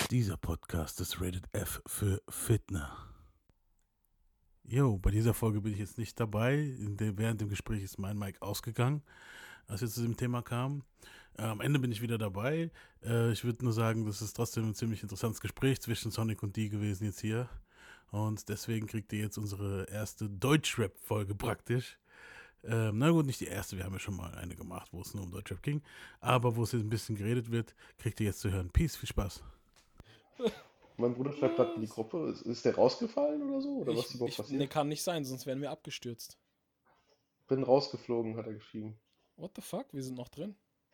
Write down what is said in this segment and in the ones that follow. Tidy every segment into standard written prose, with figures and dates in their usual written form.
Dieser Podcast ist Rated F für Fitner. Jo, bei dieser Folge bin ich jetzt nicht dabei. Während dem Gespräch ist mein Mic ausgegangen, als wir zu dem Thema kamen. Am Ende bin ich wieder dabei. Ich würde nur sagen, das ist trotzdem ein ziemlich interessantes Gespräch zwischen Sonic und die gewesen jetzt hier. Und deswegen kriegt ihr jetzt unsere erste Deutschrap-Folge praktisch. Na gut, nicht die erste, wir haben ja schon mal eine gemacht, wo es nur um Deutschrap ging. Aber wo es jetzt ein bisschen geredet wird, kriegt ihr jetzt zu hören. Peace, viel Spaß. Mein Bruder schreibt gerade in die Gruppe. Ist der rausgefallen oder so? Oder was ist überhaupt passiert? Ne, kann nicht sein, sonst wären wir abgestürzt. Bin rausgeflogen, hat er geschrieben. What the fuck? Wir sind noch drin.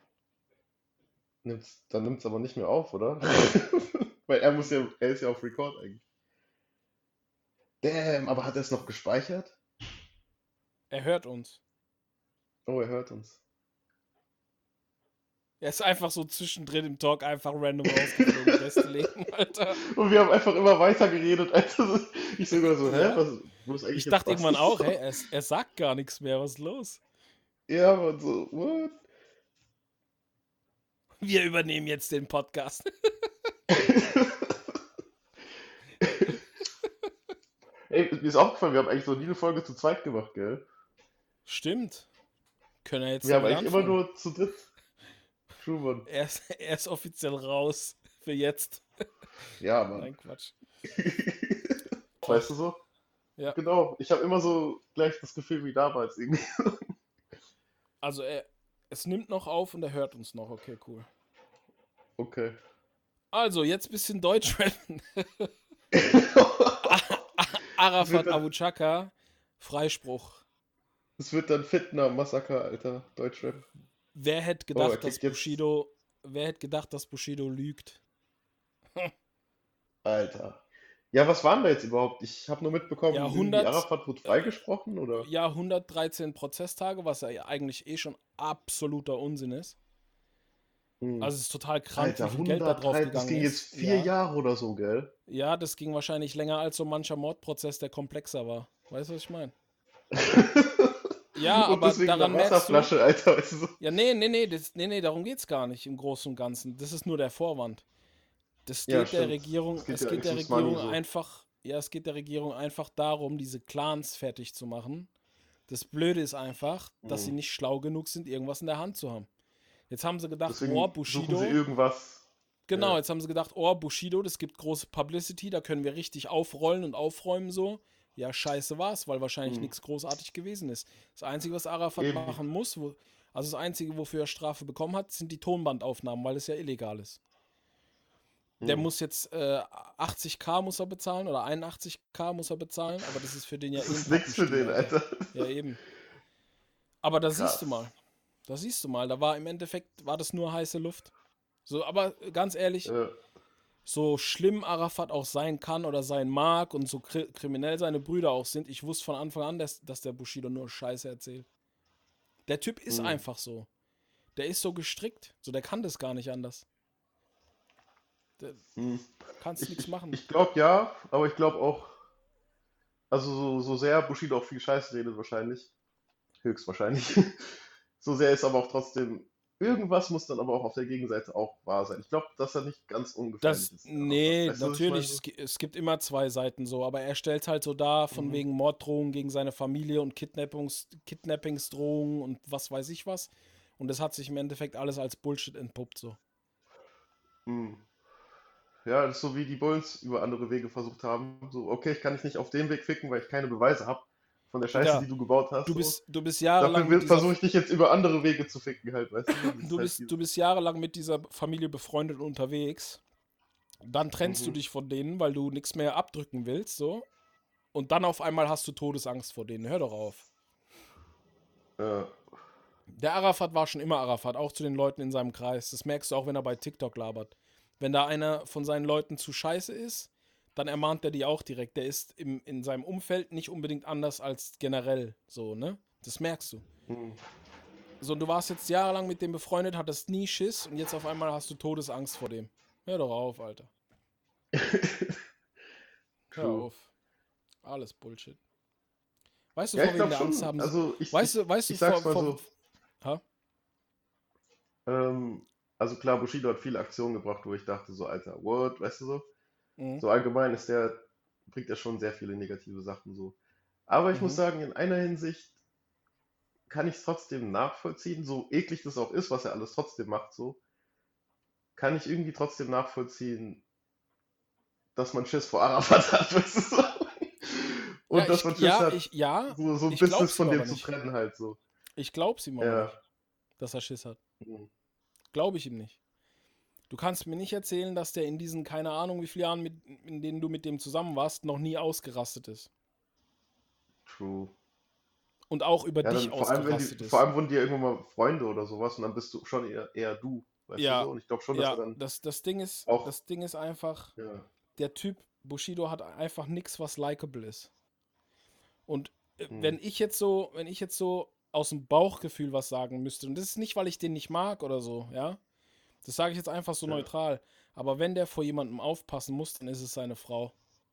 Dann nimmt es aber nicht mehr auf, oder? Weil er ist ja auf Record eigentlich. Damn, aber hat er es noch gespeichert? Er hört uns. Oh, er hört uns. Er ist einfach so zwischendrin im Talk einfach random rausgeflogen. Beste Leben, Alter. Und wir haben einfach immer weiter geredet. Also ich sogar so, Ja. wo ist eigentlich Ich jetzt dachte was? irgendwann auch, hey, er sagt gar nichts mehr, was ist los? Ja, aber so, what? Wir übernehmen jetzt den Podcast. Ey, mir ist aufgefallen, wir haben eigentlich so nie eine Folge zu zweit gemacht, gell? Stimmt. Können wir jetzt Wir haben damit eigentlich immer anfangen? nur zu dritt. True, Mann. Er ist offiziell raus für jetzt. Ja, Mann. Nein, Quatsch. Weißt du so? Ja. Genau, ich habe immer so gleich das Gefühl wie damals irgendwie. Also es nimmt noch auf und er hört uns noch. Okay, cool. Okay. Also, jetzt ein bisschen Deutschrappen. Arafat Abu Chaka, Freispruch. Es wird dann Fitner-Massaker, Alter. Deutschrap. Wer hätte er gedacht, kriegt wer hätte gedacht, dass Bushido lügt? Alter. Ja, was waren da jetzt überhaupt? Ich habe nur mitbekommen, Ja, irgendwie 100 Arafat wurde freigesprochen, oder? Ja, 113 Prozesstage, was ja eigentlich schon absoluter Unsinn ist. Hm. Also es ist total krank, Alter, wie viel Geld da drauf 103, gegangen das ging ist. jetzt 4 Jahre oder so, gell? Ja, das ging wahrscheinlich länger als so mancher Mordprozess, der komplexer war. Weißt du, was ich meine? Ja, Und aber deswegen daran eine merkst du... Wasserflasche, Alter, weißt du so? Ja, nee, darum geht's gar nicht im Großen und Ganzen. Das ist nur der Vorwand. Das Ja, geht der stimmt. Regierung, Es geht ja ums Money so. es geht der Regierung einfach darum, diese Clans fertig zu machen. Das Blöde ist einfach, dass sie nicht schlau genug sind, irgendwas in der Hand zu haben. Jetzt haben sie gedacht, Deswegen oh, suchen Bushido. sie irgendwas. Genau, Ja. jetzt haben sie gedacht, oh, Bushido, das gibt große Publicity, da können wir richtig aufrollen und aufräumen so. Ja, scheiße war's, weil wahrscheinlich nichts großartig gewesen ist. Das Einzige, was Arafat Eben. machen muss, also das Einzige, wofür er Strafe bekommen hat, sind die Tonbandaufnahmen, weil es ja illegal ist. Der muss jetzt 80.000 muss er bezahlen oder 81.000 muss er bezahlen, aber das ist für den ja Das eh ist ein nix für den, Pappenstiel, Alter. Ja, eben. Aber da Krass. siehst du mal, da war im Endeffekt, war das nur heiße Luft. So, aber ganz ehrlich, Ja. so schlimm Arafat auch sein kann oder sein mag und so kriminell seine Brüder auch sind, ich wusste von Anfang an, dass der Bushido nur Scheiße erzählt. Der Typ ist einfach so. Der ist so gestrickt, so der kann das gar nicht anders. Kannst nichts machen. Ich glaube ja, aber ich glaube auch, also so sehr Bushido auch viel Scheiße redet wahrscheinlich, höchstwahrscheinlich, so sehr ist aber auch trotzdem, irgendwas muss dann aber auch auf der Gegenseite auch wahr sein. Ich glaube, dass er nicht ganz ungefährlich ist. Nee, Weißt du, was ich natürlich, meine? es gibt immer zwei Seiten so, aber er stellt halt so dar, von wegen Morddrohungen gegen seine Familie und Kidnappingsdrohungen und was weiß ich was. Und das hat sich im Endeffekt alles als Bullshit entpuppt so. Ja, das ist so wie die Bulls über andere Wege versucht haben. So, okay, ich kann dich nicht auf dem Weg ficken, weil ich keine Beweise habe von der Scheiße, Ja, die du gebaut hast. Du so. bist jahrelang Dafür mit dieser versuche ich dich jetzt über andere Wege zu ficken, halt, weißt du? Das ist du halt bist, du bist jahrelang mit dieser Familie befreundet und unterwegs. Dann trennst du dich von denen, weil du nichts mehr abdrücken willst, so. Und dann auf einmal hast du Todesangst vor denen. Hör doch auf. Ja. Der Arafat war schon immer Arafat, auch zu den Leuten in seinem Kreis. Das merkst du auch, wenn er bei TikTok labert. Wenn da einer von seinen Leuten zu scheiße ist, dann ermahnt er die auch direkt. Der ist in seinem Umfeld nicht unbedingt anders als generell so, ne? Das merkst du. So, und du warst jetzt jahrelang mit dem befreundet, hattest nie Schiss und jetzt auf einmal hast du Todesangst vor dem. Hör doch auf, Alter. Hör True. auf. Alles Bullshit. Weißt du, Ja, vor ich wem glaube der Angst schon. haben? Also Weißt du, ich sag's mal so. Ha? Also klar, Bushido hat viele Aktionen gebracht, wo ich dachte so, Alter, what, weißt du so? Mhm. So allgemein bringt er schon sehr viele negative Sachen so. Aber ich muss Mhm. sagen, in einer Hinsicht kann ich es trotzdem nachvollziehen, so eklig das auch ist, was er alles trotzdem macht, so, kann ich irgendwie trotzdem nachvollziehen, dass man Schiss vor Arafat hat, weißt du so? Ja, Und dass man Schiss hat, ja, so ein ich Business glaub's ihm von dem aber zu nicht. trennen halt so. Ich glaub's ihm aber Ja. nicht, dass er Schiss hat. Mhm. Glaube ich ihm nicht. Du kannst mir nicht erzählen, dass der in diesen, keine Ahnung, wie viele Jahren, in denen du mit dem zusammen warst, noch nie ausgerastet ist. True. Und auch über Ja, dich dann ausgerastet vor ist. allem wurden die ja irgendwann mal Freunde oder sowas und dann bist du schon eher du, weißt du Ja, so? Und ich glaube schon, dass er ja, dann das Ding ist, auch, das Ding ist einfach, ja. der Typ Bushido hat einfach nichts, was likable ist. Und Mhm. wenn ich jetzt so aus dem Bauchgefühl was sagen müsste, und das ist nicht, weil ich den nicht mag oder so, ja, das sage ich jetzt einfach so Ja. neutral, aber wenn der vor jemandem aufpassen muss, dann ist es seine Frau.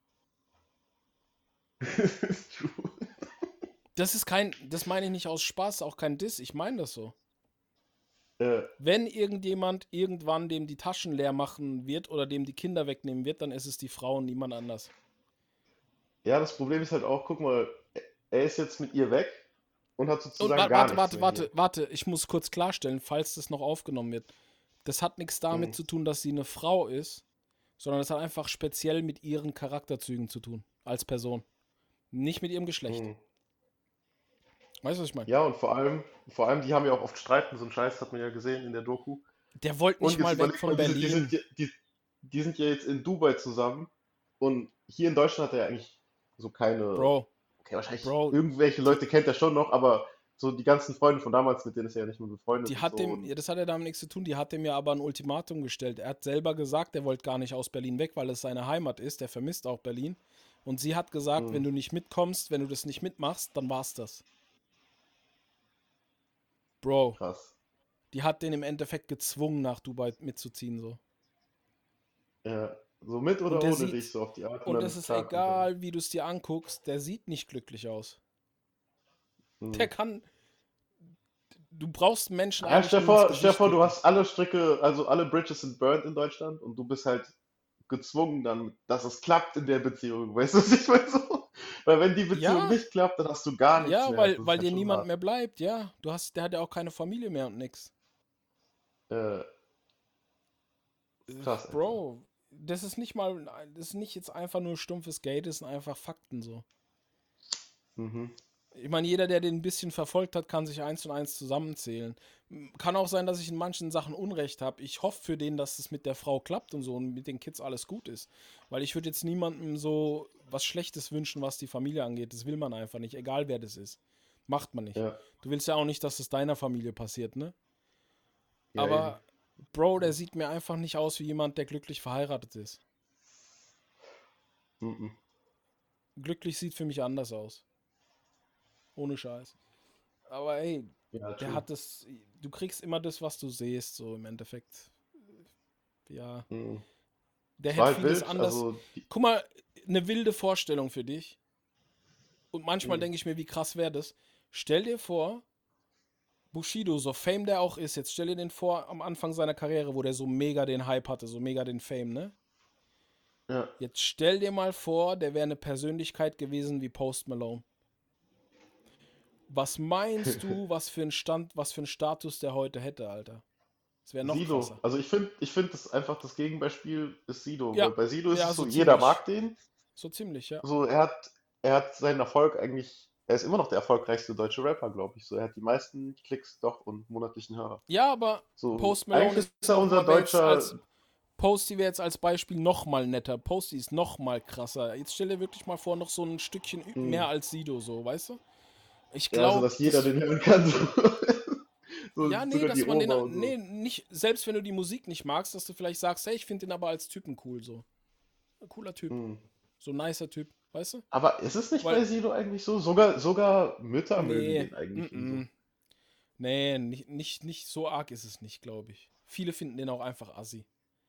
True. Das meine ich nicht aus Spaß, auch kein Diss, ich meine das so. Ja. Wenn irgendjemand irgendwann dem die Taschen leer machen wird oder dem die Kinder wegnehmen wird, dann ist es die Frau und niemand anders. Ja, das Problem ist halt auch, guck mal, er ist jetzt mit ihr weg und hat Und sozusagen gar nichts mehr hier. warte, ich muss kurz klarstellen, falls das noch aufgenommen wird. Das hat nichts damit Mhm. zu tun, dass sie eine Frau ist, sondern das hat einfach speziell mit ihren Charakterzügen zu tun, als Person. Nicht mit ihrem Geschlecht. Mhm. Weißt du, was ich meine? Ja, und vor allem, die haben ja auch oft Streiten, so einen Scheiß hat man ja gesehen in der Doku. Der wollte nicht Und jetzt mal weg überleg von mal, Berlin. die sind ja jetzt in Dubai zusammen und hier in Deutschland hat er ja eigentlich so keine, Bro, okay, wahrscheinlich Bro, irgendwelche die, Leute kennt er schon noch, aber so die ganzen Freunde von damals, mit denen ist er ja nicht mehr befreundet die und hat so. dem, ja, das hat ja damit nichts zu tun, die hat dem ja aber ein Ultimatum gestellt. Er hat selber gesagt, er wollte gar nicht aus Berlin weg, weil es seine Heimat ist. Der vermisst auch Berlin. Und sie hat gesagt, Hm, wenn du nicht mitkommst, wenn du das nicht mitmachst, dann war's das. Bro, krass. die hat den im Endeffekt gezwungen, nach Dubai mitzuziehen, so. Ja, so mit Und oder der ohne dich, sieht, so auf die Art und und es dann ist klarkommt damit. egal, wie du es dir anguckst, der sieht nicht glücklich aus. Hm. Der kann, du brauchst Menschen Ja, eigentlich nur ins stell dir Gesicht vor, du gucken. hast alle Stricke, also alle Bridges sind burnt in Deutschland und du bist halt gezwungen dann, dass es klappt in der Beziehung. Weißt du, was ich meine so? Weil wenn die Beziehung Ja, nicht klappt, dann hast du gar nichts ja, mehr. Das ist weil halt dir schon niemand hart. mehr bleibt, ja. Der hat ja auch keine Familie mehr und nix. Äh, krass einfach. Bro, das ist nicht jetzt einfach nur stumpfes Geld, das sind einfach Fakten so. Mhm. Ich meine, jeder, der den ein bisschen verfolgt hat, kann sich eins und eins zusammenzählen. Kann auch sein, dass ich in manchen Sachen Unrecht habe. Ich hoffe für den, dass es mit der Frau klappt und so und mit den Kids alles gut ist. Weil ich würde jetzt niemandem so was Schlechtes wünschen, was die Familie angeht. Das will man einfach nicht, egal wer das ist. Macht man nicht. Ja, Du willst ja auch nicht, dass es deiner Familie passiert, ne? ja eben. Aber, Bro, der sieht mir einfach nicht aus wie jemand, der glücklich verheiratet ist. Mhm. Glücklich sieht für mich anders aus. Ohne Scheiß. Aber ey, Ja, der true. hat das. Du kriegst immer das, was du siehst, so im Endeffekt. Ja. Mhm. Der Es war hätte halt vieles wild, anders. Guck mal, eine wilde Vorstellung für dich. Und manchmal mhm. denke ich mir, wie krass wäre das? Stell dir vor, Bushido, so Fame der auch ist, jetzt stell dir den vor am Anfang seiner Karriere, wo der so mega den Hype hatte, so mega den Fame, ne? Ja. Jetzt stell dir mal vor, der wäre eine Persönlichkeit gewesen wie Post Malone. Was meinst du, was für einen Status der heute hätte, Alter? Das wäre noch Sido. krasser. Also ich finde das einfach das Gegenbeispiel ist Sido, weil Ja, bei Sido ist ja, es so so, jeder ziemlich. mag den. So ziemlich, ja. So, er hat seinen Erfolg eigentlich, er ist immer noch der erfolgreichste deutsche Rapper, glaube ich. So, er hat die meisten Klicks doch und monatlichen Hörer. Ja, aber So, Post Malone eigentlich ist ist er noch unser mal, deutscher. Posty wäre jetzt als Beispiel noch mal netter. Posty ist noch mal krasser. Jetzt stell dir wirklich mal vor, noch so ein Stückchen Hm, mehr als Sido, so, weißt du? Ich ja, so glaube, dass jeder den hören kann. So, so ja, nee, sogar die dass man den, Oma und so. nee, nicht, selbst wenn du die Musik nicht magst, dass du vielleicht sagst, hey, ich finde den aber als Typen cool, so. Ein cooler Typ. Hm. So ein nicer Typ, weißt du? Aber ist es nicht bei Weil, Sido eigentlich so? Sogar Mütter mögen nee, den eigentlich und so. nee, nicht so arg ist es nicht, glaube ich. Viele finden den auch einfach assi.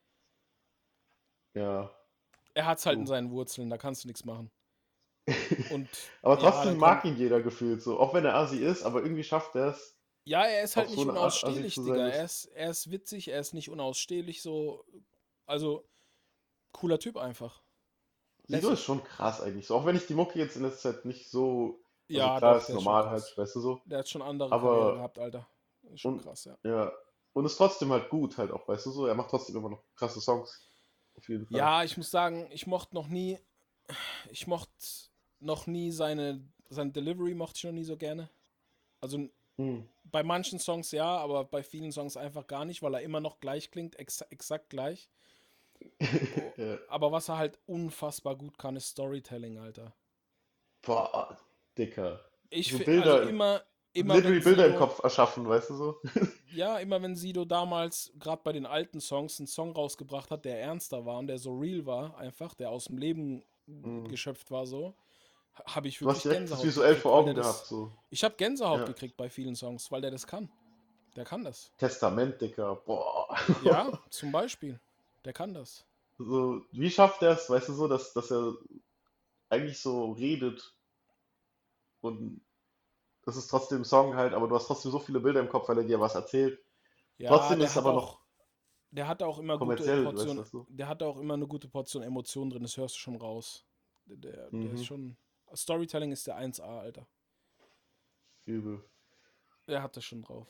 Ja, Er hat's halt in true. seinen Wurzeln, da kannst du nichts machen. Und Aber ja, trotzdem mag ihn jeder gefühlt so. Auch wenn er Asi ist, aber irgendwie schafft er es. Ja, er ist halt Auch so nicht eine Art Assi unausstehlich, zu Digga. sein Er ist. ist, er ist witzig, er ist nicht unausstehlich, so. Also, cooler Typ einfach. Sido ist Lässig. schon krass eigentlich. So, auch wenn ich die Mucke jetzt in letzter Zeit nicht so, also Ja, klar doch, ist der ist schon normal halt, krass. weißt du so, Der hat schon andere Karriere aber gehabt, Alter. Ist schon und krass, ja. ja, und ist trotzdem halt gut halt auch, weißt du so, er macht trotzdem immer noch krasse Songs. Auf jeden Fall. Ja, ich muss sagen, ich mochte noch nie seine Delivery mochte ich noch nie so gerne. Also Hm. bei manchen Songs ja, aber bei vielen Songs einfach gar nicht, weil er immer noch gleich klingt, exakt gleich. Oh, Ja. aber was er halt unfassbar gut kann, ist Storytelling, Alter. Boah, Dicker. So Also Bilder, immer literally wenn Bilder im Sido, Kopf erschaffen, weißt du so? ja, immer wenn Sido damals, gerade bei den alten Songs, einen Song rausgebracht hat, der ernster war und der so real war, einfach, der aus dem Leben Hm. geschöpft war, so, habe ich Du hast wirklich direkt das Gänsehaut visuell vor gekriegt, weil der Augen gehabt, das. so. Ich habe Gänsehaut Ja. gekriegt bei vielen Songs, weil der das kann. Der kann das. Testament, Dicker. Boah. Ja, zum Beispiel. Der kann das. So, wie schafft er es, weißt du so, dass er eigentlich so redet und das ist trotzdem ein Song halt, aber du hast trotzdem so viele Bilder im Kopf, weil er dir was erzählt. Ja, Trotzdem ist es aber noch der hat auch immer gute kommerziell, weißt Portion, du? der hat auch immer eine gute Portion Emotionen drin, das hörst du schon raus. Der ist Mhm, schon. Storytelling ist der 1A, Alter. übel. Der hat das schon drauf.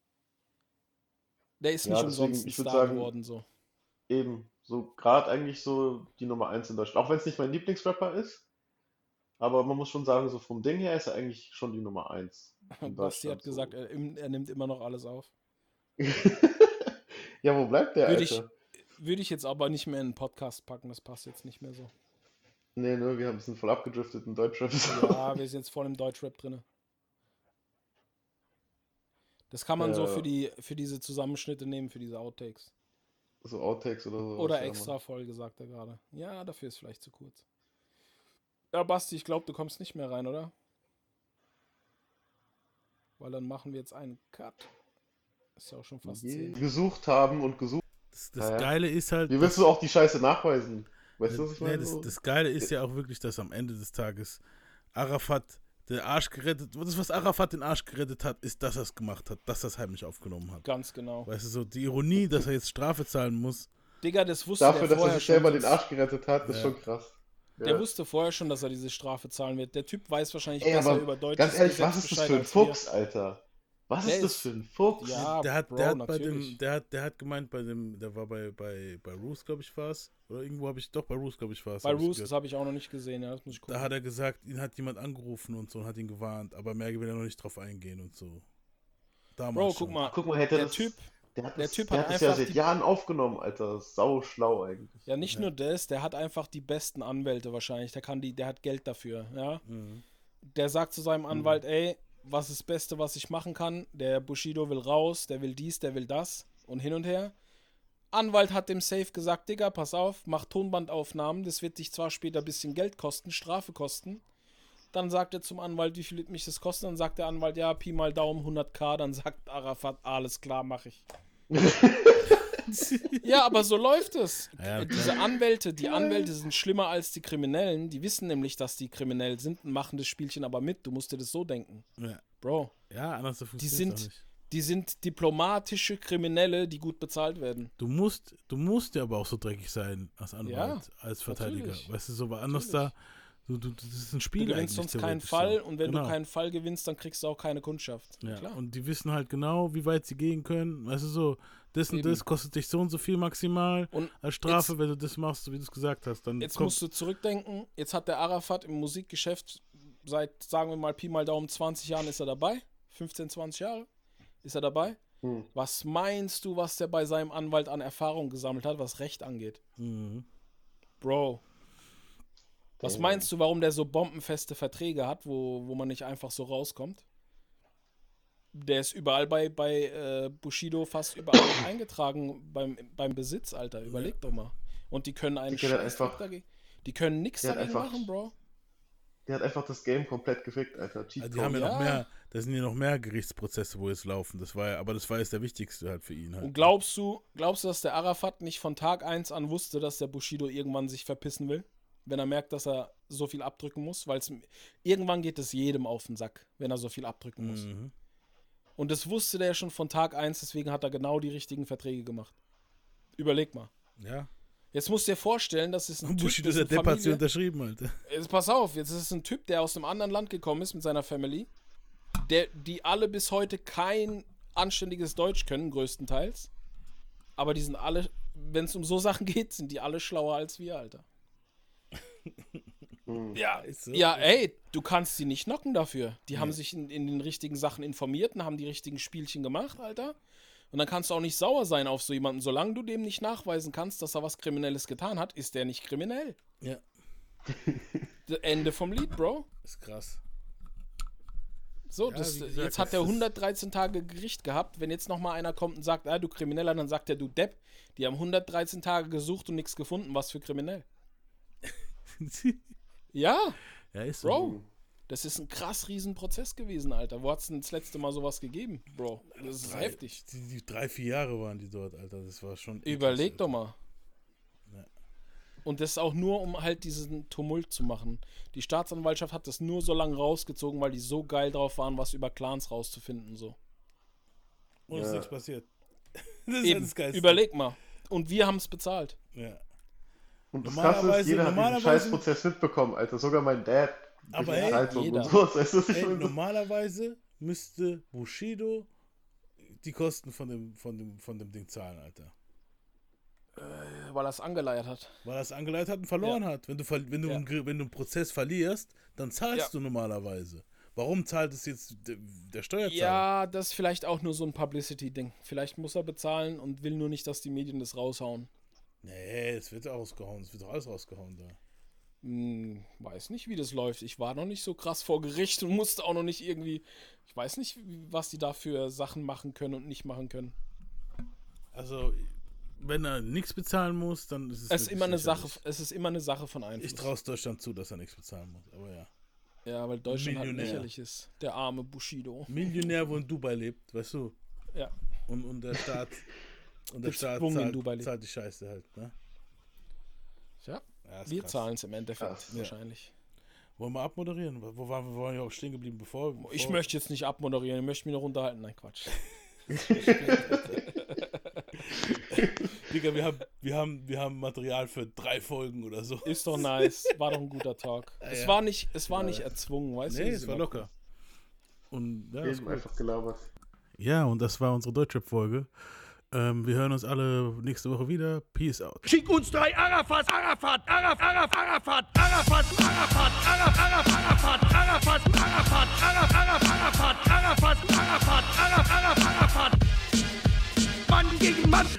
Der ist nicht Ja, umsonst deswegen, ein ich würde Star sagen, geworden, so. eben, so gerade eigentlich so die Nummer eins in Deutschland. Auch wenn es nicht mein Lieblingsrapper ist, aber man muss schon sagen, so vom Ding her ist er eigentlich schon die Nummer eins in Basti Deutschland. hat gesagt, So. er nimmt immer noch alles auf. Ja, wo bleibt der, Würde ich, Alter? würde ich jetzt aber nicht mehr in einen Podcast packen, das passt jetzt nicht mehr so. Nee, ne, wir sind voll abgedriftet in Deutschrap. So. Ja, wir sind jetzt voll im Deutschrap drin. Das kann man so Ja, für diese Zusammenschnitte nehmen, für diese Outtakes. so Outtakes oder sowas, Oder ja, extra Mann. Folge, sagt er gerade. Ja, dafür ist vielleicht zu kurz. Ja, Basti, ich glaube, du kommst nicht mehr rein, oder? Weil dann machen wir jetzt einen Cut. Ist ja auch schon fast 10. Gesucht haben und gesucht. Das Naja. Geile ist halt, Wie willst du auch die Scheiße nachweisen? Weißt du, was ich nee, meine? So? das Geile ist ja auch wirklich, dass am Ende des Tages Arafat den Arsch gerettet, das, was Arafat den Arsch gerettet hat, ist, dass er es gemacht hat, dass er es heimlich aufgenommen hat. Ganz genau. Weißt du, so die Ironie, dass er jetzt Strafe zahlen muss. Digga, das wusste Dafür, der dass er vorher sich selber schon. den Arsch gerettet hat, ist Ja. schon krass. Der Ja. wusste vorher schon, dass er diese Strafe zahlen wird. Der Typ weiß wahrscheinlich Ey, besser aber über deutsches ganz ehrlich, Gesetz was ist das Bescheid für ein als wir. Fuchs, Alter? Was Der ist das ist- für ein Fuchs? Ja, Der hat Bro, bei dem, natürlich. der hat gemeint, der war bei Roos, glaube ich, war es. Oder irgendwo habe ich, doch, bei Roos, glaube ich, war es. Bei Roos, das habe ich auch noch nicht gesehen, ja, das muss ich gucken. Da hat er gesagt, ihn hat jemand angerufen und so und hat ihn gewarnt, aber mehr will er noch nicht drauf eingehen und so. Damals Bro, schon. guck mal, Guck mal, hätte der das, Typ, der hat der das, Typ der hat hat das ja einfach seit die- Jahren aufgenommen, Alter. Sau schlau eigentlich. ja nicht Ja. nur das, der hat einfach die besten Anwälte wahrscheinlich. Der hat Geld dafür, ja. Mhm. Der sagt zu seinem Anwalt, ey, was ist das Beste, was ich machen kann? Der Bushido will raus, der will dies, der will das und hin und her. Anwalt hat dem Safe gesagt, Digga, pass auf, mach Tonbandaufnahmen, das wird dich zwar später ein bisschen Geld kosten, Strafe kosten. Dann sagt er zum Anwalt, wie viel wird mich das kosten? Dann sagt der Anwalt, ja, Pi mal Daumen, 100.000. Dann sagt Arafat, alles klar, mach ich. Ja, aber so läuft es. Ja, Diese Anwälte, die Anwälte sind schlimmer als die Kriminellen. Die wissen nämlich, dass die kriminell sind und machen das Spielchen aber mit. Du musst dir das so denken. Ja. Bro, Ja, anders funktioniert es sind- auch nicht. die sind diplomatische Kriminelle, die gut bezahlt werden. Du musst ja aber auch so dreckig sein als Anwalt, als Verteidiger. natürlich. Weißt du, so weil anders da, das ist ein Spiel Du gewinnst eigentlich sonst keinen theoretisch Fall so. und wenn Genau. du keinen Fall gewinnst, dann kriegst du auch keine Kundschaft. Ja, Klar. und die wissen halt genau, wie weit sie gehen können. Weißt du, so, das und Eben. das kostet dich so und so viel maximal Und als Strafe, wenn du das machst, so wie du es gesagt hast. Dann jetzt kommt, musst du zurückdenken, jetzt hat der Arafat im Musikgeschäft seit, sagen wir mal, Pi mal Daumen 20 Jahren ist er dabei. 15, 20 Jahre ist er dabei. Hm. Was meinst du, was der bei seinem Anwalt an Erfahrung gesammelt hat, was Recht angeht? Mhm. Bro. Was Damn. meinst du, warum der so bombenfeste Verträge hat, wo man nicht einfach so rauskommt? Der ist überall bei Bushido fast überall eingetragen beim Besitz, Alter. Überleg doch mal. Und die können einen Die können Scheiß einfach- dagegen. Die können nichts Der hat dagegen einfach- machen, Bro. Der hat einfach das Game komplett gefickt, Alter. Cheat Also die haben ja noch Ja. mehr, da sind ja noch mehr Gerichtsprozesse, wo jetzt laufen. Das war jetzt der wichtigste halt für ihn halt. Und glaubst du, dass der Arafat nicht von Tag 1 an wusste, dass der Bushido irgendwann sich verpissen will? Wenn er merkt, dass er so viel abdrücken muss? Weil irgendwann geht es jedem auf den Sack, wenn er so viel abdrücken muss. Mhm. Und das wusste der schon von Tag 1, deswegen hat er genau die richtigen Verträge gemacht. Überleg mal. Ja. Jetzt musst du dir vorstellen, das ist ein Und Typ, Bushido, der Depp hat sie unterschrieben, Alter. Jetzt pass auf, jetzt ist es ein Typ, der aus einem anderen Land gekommen ist mit seiner Family, die alle bis heute kein anständiges Deutsch können, größtenteils. Aber die sind alle, wenn es um so Sachen geht, sind die alle schlauer als wir, Alter. Ja, ist so. Ja, ey, du kannst sie nicht knocken dafür. Die haben sich in den richtigen Sachen informiert und haben die richtigen Spielchen gemacht, Alter. Und dann kannst du auch nicht sauer sein auf so jemanden. Solange du dem nicht nachweisen kannst, dass er was Kriminelles getan hat, ist der nicht kriminell. Ja. Ende vom Lied, Bro. Ist krass. So, Ja, wie gesagt, jetzt hat das er ist- 113 Tage Gericht gehabt. Wenn jetzt nochmal einer kommt und sagt, du Krimineller, dann sagt er, du Depp. Die haben 113 Tage gesucht und nichts gefunden. Was für kriminell. Ja, Ja, ist so. Bro. Das ist ein krass riesen Prozess gewesen, Alter. Wo hat's denn das letzte Mal sowas gegeben, Bro? Das ist heftig. Die 3-4 Jahre waren die dort, Alter. Das war schon. Überleg doch mal. Ja. Und das auch nur, um halt diesen Tumult zu machen. Die Staatsanwaltschaft hat das nur so lange rausgezogen, weil die so geil drauf waren, was über Clans rauszufinden. So. Und ist Ja. nichts passiert. Das ist Eben, das Geilste. überleg mal. Und wir haben es bezahlt. Ja. Und das Normalerweise- Krasse ist, jeder hat diesen normalerweise- Scheißprozess mitbekommen, Alter. Sogar mein Dad. Aber durch die ey, Zeitung jeder. und sowas. Weißt du, was ich Ey, meine? normalerweise müsste Bushido die Kosten von dem Ding zahlen, Alter. Weil er es angeleiert hat. Weil er es angeleitet hat und verloren hat. Wenn du Ja. einen Prozess verlierst, dann zahlst du normalerweise. Warum zahlt es jetzt der Steuerzahler? Ja, das ist vielleicht auch nur so ein Publicity-Ding. Vielleicht muss er bezahlen und will nur nicht, dass die Medien das raushauen. Nee, es wird rausgehauen. Es wird doch alles rausgehauen da. Weiß nicht, wie das läuft. Ich war noch nicht so krass vor Gericht und musste auch noch nicht irgendwie. Ich weiß nicht, was die da für Sachen machen können und nicht machen können. Also, wenn er nichts bezahlen muss, dann ist es Es ist wirklich immer eine lächerlich. Sache, es ist immer eine Sache von Einfluss. Ich traue es Deutschland zu, dass er nichts bezahlen muss. Aber ja. Ja, weil Deutschland halt Millionär. lächerlich ist. Der arme Bushido. Millionär, wo in Dubai lebt, weißt du? Ja. Und der Staat, Gezwungen in Dubai lebt. zahlt die Scheiße halt, ne? Ja, Ja, ist wir krass. zahlen es im Endeffekt Krass. Ja. wahrscheinlich. Wollen wir abmoderieren? Wo waren wir? Wir waren ja auch stehen geblieben, bevor. Ich möchte jetzt nicht abmoderieren, ich möchte mich noch unterhalten. Nein, Quatsch. Digga, wir haben Material für 3 Folgen oder so. Ist doch nice. War doch ein guter Talk. Es ja. war nicht erzwungen, weißt du? Nee, Das es ist war immer locker. Und ja, ist Eben gut. einfach gelabert. Ja, und das war unsere Deutschrap-Folge. Wir hören uns alle nächste Woche wieder. Peace out. Schick uns 3 Arafat, Arafat, Arafat, Arafat, Arafat, Arafat, Arafat, Arafat, Arafat, Arafat, Arafat, Arafat, Arafat, Arafat, Arafat, Arafat, Mann gegen Mann.